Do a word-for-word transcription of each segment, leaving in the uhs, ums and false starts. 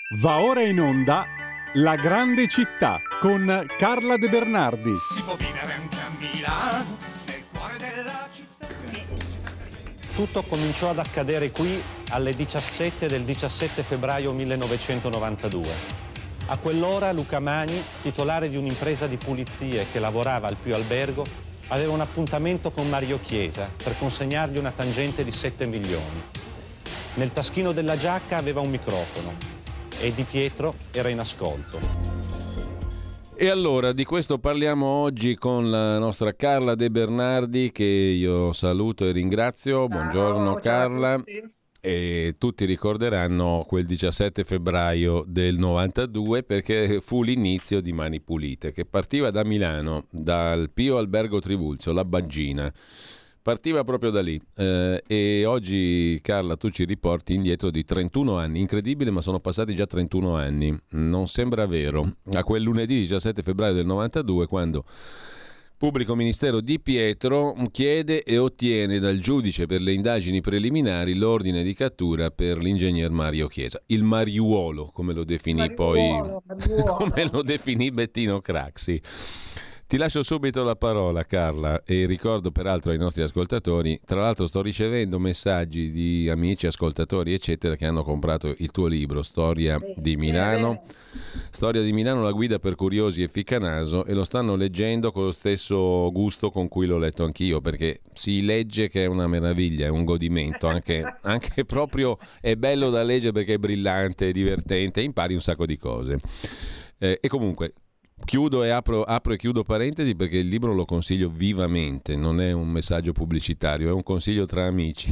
Va ora in onda La grande città con Carla De Bernardi. Si può vivere anche a Milano, nel cuore della città. Tutto cominciò ad accadere qui alle diciassette del diciassette febbraio millenovecentonovantadue. A quell'ora Luca Magni, titolare di un'impresa di pulizie che lavorava al Pio Albergo, aveva un appuntamento con Mario Chiesa per consegnargli una tangente di sette milioni. Nel taschino della giacca aveva un microfono e Di Pietro era in ascolto. E allora di questo parliamo oggi con la nostra Carla De Bernardi, che io saluto e ringrazio. Ciao, Buongiorno ciao Carla. a tutti. E tutti ricorderanno quel diciassette febbraio del novantadue, perché fu l'inizio di Mani Pulite, che partiva da Milano, dal Pio Albergo Trivulzio, la Baggina. Partiva proprio da lì eh, e oggi, Carla, tu ci riporti indietro di trentuno anni. Incredibile, ma sono passati già trentuno anni. Non sembra vero. A quel lunedì diciassette febbraio del novantadue, quando Pubblico Ministero Di Pietro chiede e ottiene dal giudice per le indagini preliminari l'ordine di cattura per l'ingegner Mario Chiesa, il Mariuolo, come lo definì Mariuolo, poi Mariuolo. come lo definì Bettino Craxi. Ti lascio subito la parola, Carla, e ricordo peraltro ai nostri ascoltatori, tra l'altro sto ricevendo messaggi di amici, ascoltatori, eccetera, che hanno comprato il tuo libro, Storia Bene, di Milano, bene. Storia di Milano, la guida per curiosi e ficcanaso, e lo stanno leggendo con lo stesso gusto con cui l'ho letto anch'io, perché si legge che è una meraviglia, è un godimento, anche, anche proprio è bello da leggere perché è brillante, è divertente, impari un sacco di cose. Eh, e comunque... Chiudo e apro, apro e chiudo parentesi, perché il libro lo consiglio vivamente, non è un messaggio pubblicitario, è un consiglio tra amici.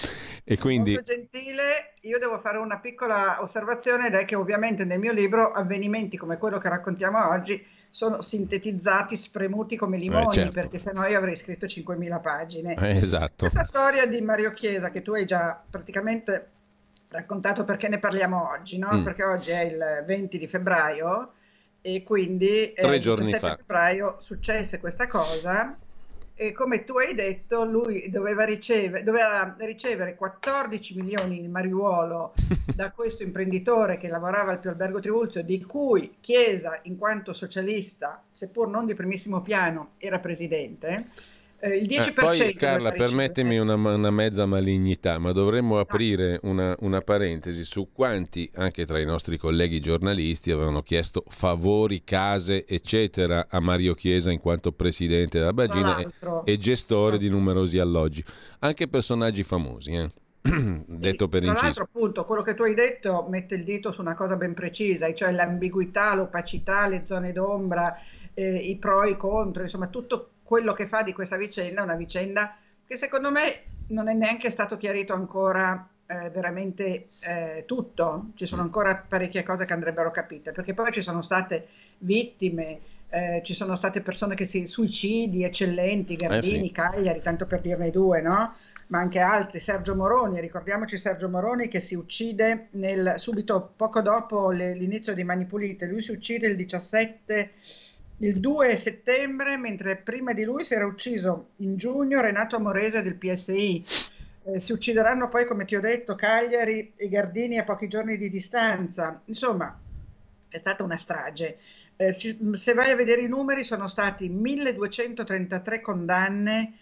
E quindi... Molto gentile. Io devo fare una piccola osservazione, ed è che ovviamente nel mio libro avvenimenti come quello che raccontiamo oggi sono sintetizzati, spremuti come limoni, Eh, certo. perché sennò io avrei scritto cinquemila pagine. Eh, esatto. Questa storia di Mario Chiesa, che tu hai già praticamente raccontato, perché ne parliamo oggi, no? Mm. Perché oggi è il venti di febbraio e quindi Tre eh, il giorni diciassette fa. febbraio successe questa cosa, e come tu hai detto lui doveva, riceve, doveva ricevere quattordici milioni di mariuolo da questo imprenditore che lavorava al Pio Albergo Trivulzio, di cui Chiesa, in quanto socialista, seppur non di primissimo piano, era presidente. Eh, il dieci Eh, per cento poi Carla, doveva permettimi ricevere. una, una mezza malignità, ma dovremmo Ah, aprire una, una parentesi su quanti, anche tra i nostri colleghi giornalisti, avevano chiesto favori, case, eccetera, a Mario Chiesa in quanto presidente della tra Bagina e, l'altro, e gestore tra- di numerosi alloggi, anche personaggi famosi, eh. sì, Detto per tra inciso. l'altro appunto quello che tu hai detto mette il dito su una cosa ben precisa, cioè l'ambiguità, l'opacità, le zone d'ombra, eh, i pro e i contro, insomma tutto quello che fa di questa vicenda una vicenda che secondo me non è neanche stato chiarito ancora eh, veramente eh, tutto. Ci sono ancora parecchie cose che andrebbero capite, perché poi ci sono state vittime, eh, ci sono state persone che si suicidi eccellenti, Eh sì. Gardini, Cagliari, tanto per dirne due, no? Ma anche altri, Sergio Moroni, ricordiamoci Sergio Moroni che si uccide nel, subito poco dopo le- l'inizio di Mani Pulite. Lui si uccide il diciassette, il due settembre, mentre prima di lui si era ucciso in giugno Renato Amorese del P S I. Eh, si uccideranno poi, come ti ho detto, Cagliari e Gardini a pochi giorni di distanza. Insomma, è stata una strage. Eh, ci- se vai a vedere i numeri, sono stati milleduecentotrentatré condanne,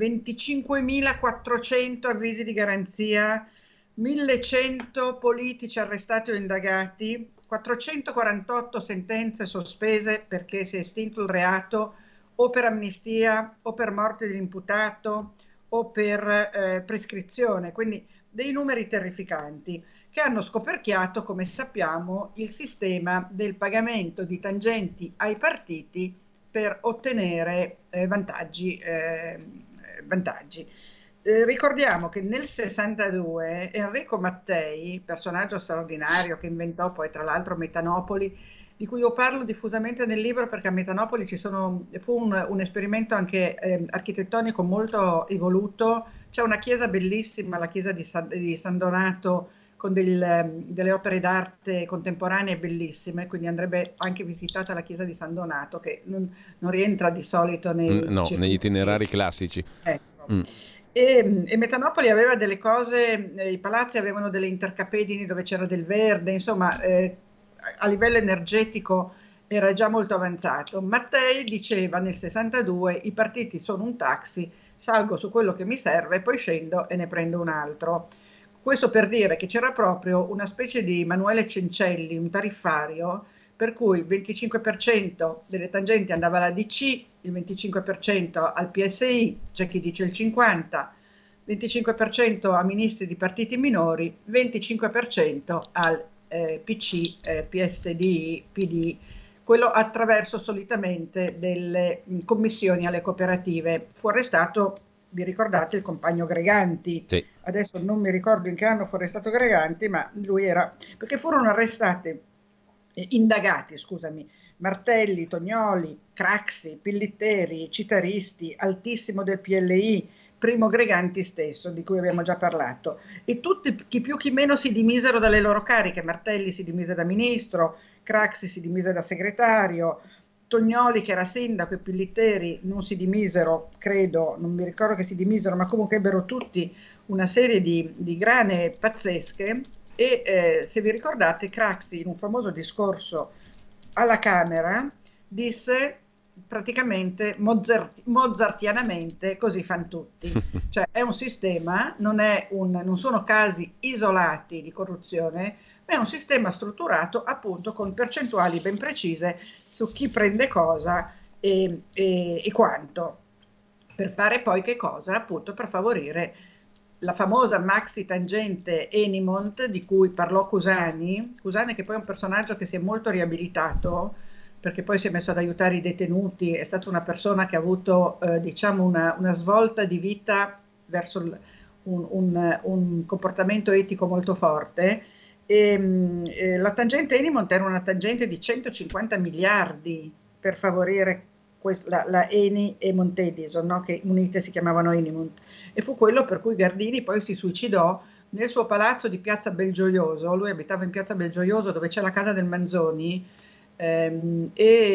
venticinquemilaquattrocento avvisi di garanzia, millecento politici arrestati o indagati, quattrocentoquarantotto sentenze sospese perché si è estinto il reato o per amnistia o per morte dell'imputato o per eh, prescrizione, quindi dei numeri terrificanti che hanno scoperchiato, come sappiamo, il sistema del pagamento di tangenti ai partiti per ottenere eh, vantaggi. eh, vantaggi. Eh, ricordiamo che nel sessantadue Enrico Mattei, personaggio straordinario che inventò poi tra l'altro Metanopoli, di cui io parlo diffusamente nel libro perché a Metanopoli ci sono, fu un, un esperimento anche eh, architettonico molto evoluto. C'è una chiesa bellissima, la chiesa di San, di San Donato, con del, delle opere d'arte contemporanee bellissime, quindi andrebbe anche visitata la chiesa di San Donato, che non, non rientra di solito Mm, nei No, negli circuiti. itinerari classici. Ecco. Mm. E, e Metanopoli aveva delle cose, eh, i palazzi avevano delle intercapedini dove c'era del verde, insomma, eh, a livello energetico era già molto avanzato. Mattei diceva nel sessantadue: i partiti sono un taxi, salgo su quello che mi serve, poi scendo e ne prendo un altro. Questo per dire che c'era proprio una specie di Emanuele Cencelli, un tariffario, per cui il venticinque per cento delle tangenti andava alla D C, il venticinque per cento al P S I, c'è chi dice il cinquanta per cento, venticinque per cento a ministri di partiti minori, venticinque per cento al eh, P C, eh, P S D, P D, quello attraverso solitamente delle mh, commissioni alle cooperative. Fu arrestato, vi ricordate, il compagno Greganti? Sì. Adesso non mi ricordo in che anno fu arrestato Greganti, ma lui era, perché furono arrestate, eh, indagati, scusami, Martelli, Tognoli, Craxi, Pillitteri, Citaristi, Altissimo del P L I, Primo Greganti stesso, di cui abbiamo già parlato, e tutti, chi più chi meno, si dimisero dalle loro cariche. Martelli si dimise da ministro, Craxi si dimise da segretario, Tognoli, che era sindaco, e Pillitteri non si dimisero, credo, non mi ricordo che si dimisero, ma comunque ebbero tutti una serie di, di grane pazzesche. E eh, se vi ricordate, Craxi in un famoso discorso alla Camera disse praticamente mozart, mozartianamente: così fanno tutti. Cioè è un sistema, non, è un, non sono casi isolati di corruzione, ma è un sistema strutturato appunto con percentuali ben precise su chi prende cosa e, e, e quanto, per fare poi che cosa? Appunto per favorire la famosa maxi tangente Enimont di cui parlò Cusani, Cusani che poi è un personaggio che si è molto riabilitato, perché poi si è messo ad aiutare i detenuti, è stata una persona che ha avuto eh, diciamo una, una svolta di vita verso il, un, un, un comportamento etico molto forte. E, eh, la tangente Enimont era una tangente di centocinquanta miliardi per favorire quest, la, la Eni e Monte Edison, no? Che unite si chiamavano Enimont, e fu quello per cui Gardini poi si suicidò nel suo palazzo di Piazza Belgioioso. Lui abitava in Piazza Belgioioso, dove c'è la casa del Manzoni, ehm,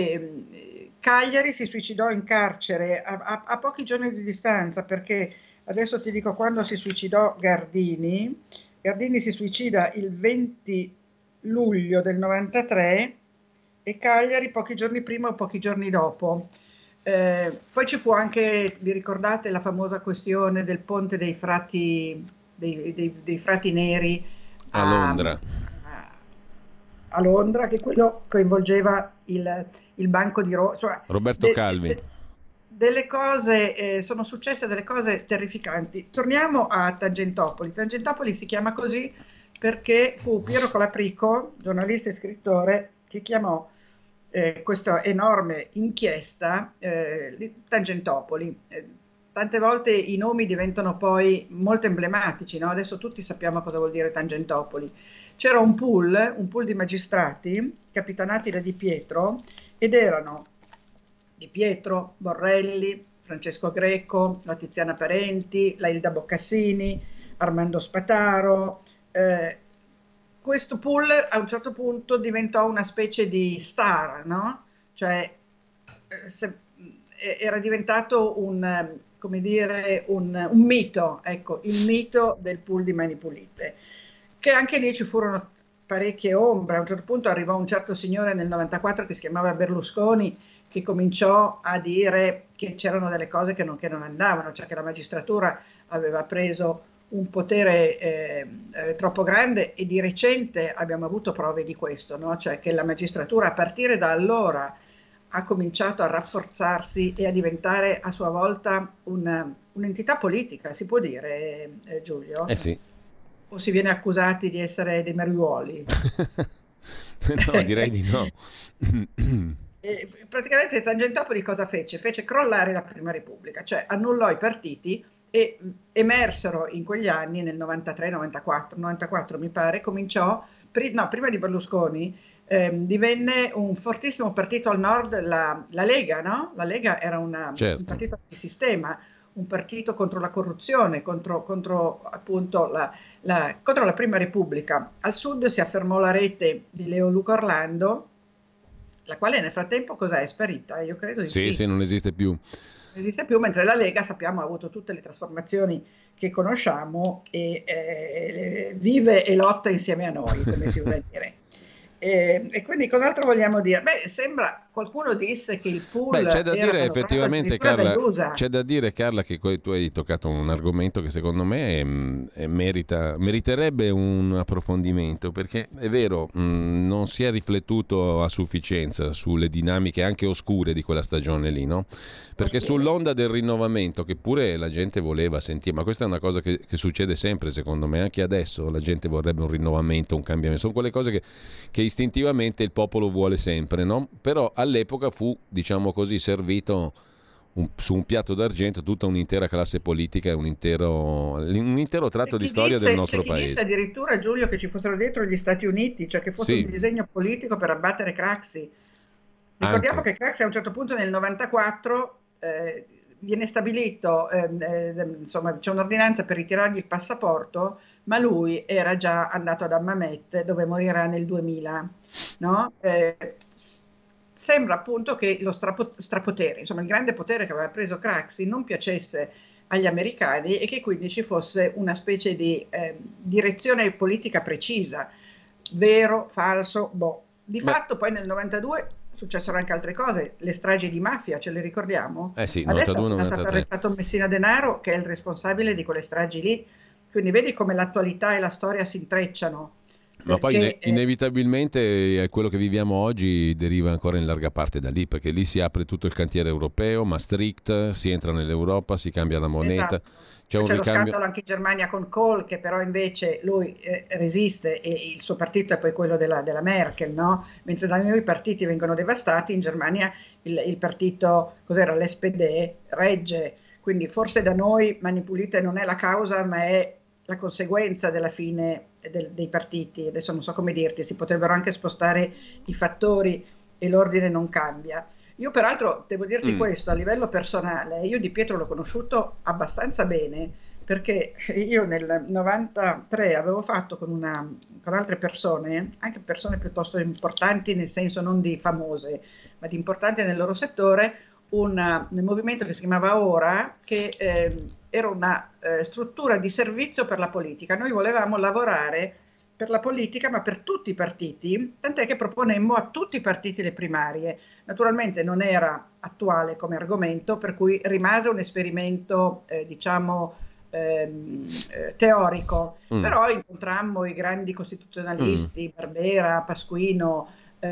e Cagliari si suicidò in carcere a, a, a pochi giorni di distanza, perché adesso ti dico quando si suicidò Gardini. Gardini si suicida il venti luglio del novantatré e Cagliari pochi giorni prima o pochi giorni dopo. Eh, poi ci fu anche, vi ricordate, la famosa questione del ponte dei frati, dei, dei, dei frati neri a, a Londra. A, a Londra, che quello coinvolgeva il, il Banco di Roma. Cioè, Roberto de, Calvi. De, delle cose, eh, sono successe delle cose terrificanti. Torniamo a Tangentopoli. Tangentopoli si chiama così perché fu Piero Colaprico, giornalista e scrittore, che chiamò eh, questa enorme inchiesta eh, Tangentopoli. Eh, tante volte i nomi diventano poi molto emblematici, no? Adesso tutti sappiamo cosa vuol dire Tangentopoli. C'era un pool, un pool di magistrati capitanati da Di Pietro, ed erano Di Pietro, Borrelli, Francesco Greco, la Tiziana Parenti, la Ilda Boccassini, Armando Spataro. Eh, questo pool a un certo punto diventò una specie di star, no? Cioè eh, se, era diventato un, come dire, un, un mito, ecco, il mito del pool di Mani Pulite, che anche lì ci furono parecchie ombre. A un certo punto arrivò un certo signore nel novantaquattro che si chiamava Berlusconi, che cominciò a dire che c'erano delle cose che non, che non andavano, cioè che la magistratura aveva preso un potere eh, eh, troppo grande, e di recente abbiamo avuto prove di questo, no? Cioè che la magistratura a partire da allora ha cominciato a rafforzarsi e a diventare a sua volta una, un'entità politica, si può dire, eh, Giulio? Eh sì. O si viene accusati di essere dei mariuoli? No, direi di no. E praticamente Tangentopoli cosa fece? Fece crollare la Prima Repubblica, cioè annullò i partiti, e emersero in quegli anni, nel novantatré novantaquattro, novantaquattro mi pare, cominciò, pri, no, prima di Berlusconi, ehm, divenne un fortissimo partito al nord, la, la Lega, no? La Lega era una, certo. un partito di sistema, un partito contro la corruzione, contro, contro appunto la, la, contro la Prima Repubblica. Al sud si affermò la rete di Leo Luca Orlando, la quale nel frattempo cos'è? È sparita? Io credo di sì. Sì, sì, non esiste più. Non esiste più, mentre la Lega, sappiamo, ha avuto tutte le trasformazioni che conosciamo e eh, vive e lotta insieme a noi, come si vuol dire. E, e quindi cos'altro vogliamo dire? Beh, sembra, qualcuno disse che il pool Beh, c'è da era dire comprato effettivamente, addirittura Carla, dall'U S A. c'è da dire, Carla, che que- tu hai toccato un argomento che secondo me è- è merita, meriterebbe un approfondimento, perché è vero, mh, non si è riflettuto a sufficienza sulle dinamiche anche oscure di quella stagione lì, no? Perché sull'onda del rinnovamento, che pure la gente voleva sentire, ma questa è una cosa che, che succede sempre, secondo me, anche adesso la gente vorrebbe un rinnovamento, un cambiamento, sono quelle cose che, che istintivamente il popolo vuole sempre, no? Però all'epoca fu, diciamo così, servito un, su un piatto d'argento tutta un'intera classe politica e un intero, un intero tratto di storia Disse, del nostro c'è chi paese. disse addirittura, Giulio, che ci fossero dietro gli Stati Uniti, cioè che fosse Sì. un disegno politico per abbattere Craxi. Ricordiamo Anche. che Craxi a un certo punto nel novantaquattro eh, viene stabilito, eh, eh, insomma c'è un'ordinanza per ritirargli il passaporto, ma lui era già andato ad Hammamet, dove morirà nel duemila, no? Eh, sembra appunto che lo strapo- strapotere, insomma il grande potere che aveva preso Craxi non piacesse agli americani e che quindi ci fosse una specie di eh, direzione politica precisa, vero, falso, boh. Di Beh. fatto poi nel novantadue successero anche altre cose, le stragi di mafia, ce le ricordiamo? Eh sì, Adesso novantadue è stato novantatré. arrestato Messina Denaro, che è il responsabile di quelle stragi lì, quindi vedi come l'attualità e la storia si intrecciano. Ma poi Perché, ine- eh, inevitabilmente eh, quello che viviamo oggi deriva ancora in larga parte da lì, perché lì si apre tutto il cantiere europeo, Maastricht, si entra nell'Europa, si cambia la moneta, esatto. c'è un C'è lo ricambio. scandalo anche in Germania con Kohl, che però invece lui eh, resiste e il suo partito è poi quello della, della Merkel, no? Mentre da noi i partiti vengono devastati, in Germania il, il partito, cos'era, l'S P D, regge, quindi forse da noi Mani Pulite non è la causa, ma è la conseguenza della fine del, dei partiti. Adesso non so come dirti, si potrebbero anche spostare i fattori e l'ordine non cambia. Io peraltro devo dirti Mm. questo, a livello personale, io Di Pietro l'ho conosciuto abbastanza bene, perché io nel novantatré avevo fatto con, una, con altre persone, anche persone piuttosto importanti, nel senso non di famose, ma di importanti nel loro settore, un, un movimento che si chiamava Ora, che eh, era una eh, struttura di servizio per la politica. Noi volevamo lavorare per la politica, ma per tutti i partiti, tant'è che proponemmo a tutti i partiti le primarie. Naturalmente non era attuale come argomento, per cui rimase un esperimento, eh, diciamo, ehm, eh, teorico. Mm. Però incontrammo i grandi costituzionalisti, Barbera, Pasquino,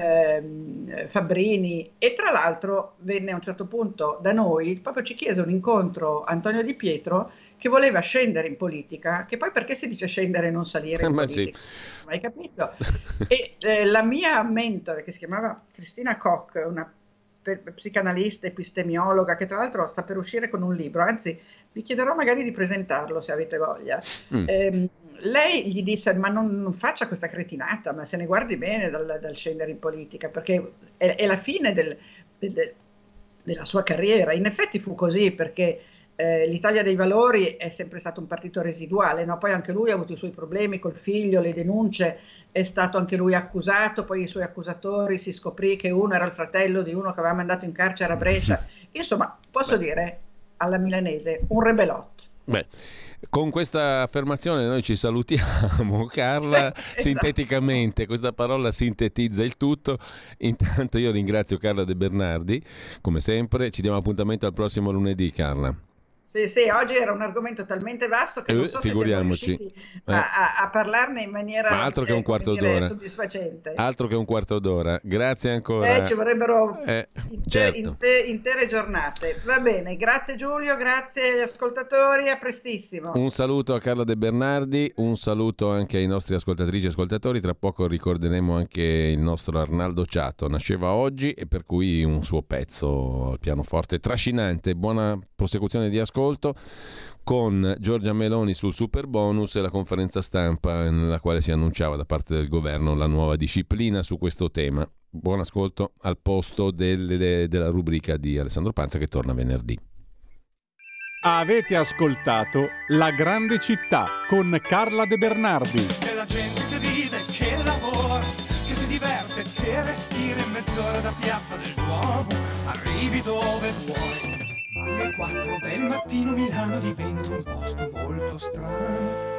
ehm, Fabbrini, e tra l'altro venne a un certo punto da noi, proprio ci chiese un incontro Antonio Di Pietro, che voleva scendere in politica, che poi perché si dice scendere e non salire in Ma politica? sì. Non hai capito? E eh, la mia mentore, che si chiamava Cristina Koch, una per- psicanalista, epistemiologa, che tra l'altro sta per uscire con un libro, anzi vi chiederò magari di presentarlo se avete voglia. Mm. Ehm, lei gli disse: ma non, non faccia questa cretinata, ma se ne guardi bene dal, dal scendere in politica, perché è, è la fine del- del- del- della sua carriera. In effetti fu così, perché eh, l'Italia dei Valori è sempre stato un partito residuale, no? Poi anche lui ha avuto i suoi problemi col figlio, le denunce, è stato anche lui accusato, poi i suoi accusatori si scoprì che uno era il fratello di uno che aveva mandato in carcere a Brescia. Insomma, posso dire alla milanese, un rebelot. Beh, con questa affermazione noi ci salutiamo, Carla. Esatto. Sinteticamente, questa parola sintetizza il tutto. Intanto io ringrazio Carla De Bernardi, come sempre. Ci diamo appuntamento al prossimo lunedì, Carla. Sì, sì, oggi era un argomento talmente vasto che non Eh, so se siamo figuriamoci. riusciti Eh. a, a- a parlarne in maniera Ma altro che un eh, come quarto dire, d'ora. soddisfacente. Altro che un quarto d'ora. Grazie ancora. Eh, ci vorrebbero Eh, inte- certo. inte- intere giornate. Va bene, grazie Giulio, grazie agli ascoltatori, a prestissimo. Un saluto a Carla De Bernardi, un saluto anche ai nostri ascoltatrici e ascoltatori. Tra poco ricorderemo anche il nostro Arnaldo Ciato. Nasceva oggi e per cui un suo pezzo al pianoforte trascinante. Buona prosecuzione di ascolto con Giorgia Meloni sul super bonus e la conferenza stampa nella quale si annunciava da parte del governo la nuova disciplina su questo tema. Buon ascolto al posto delle- della rubrica di Alessandro Panza che torna venerdì. Avete ascoltato La Grande Città con Carla De Bernardi. Che la gente che vive, che lavora, che si diverte, che respira in mezz'ora da Piazza del Duomo, arrivi dove vuoi. Ma alle quattro del mattino Milano diventa un posto molto strano.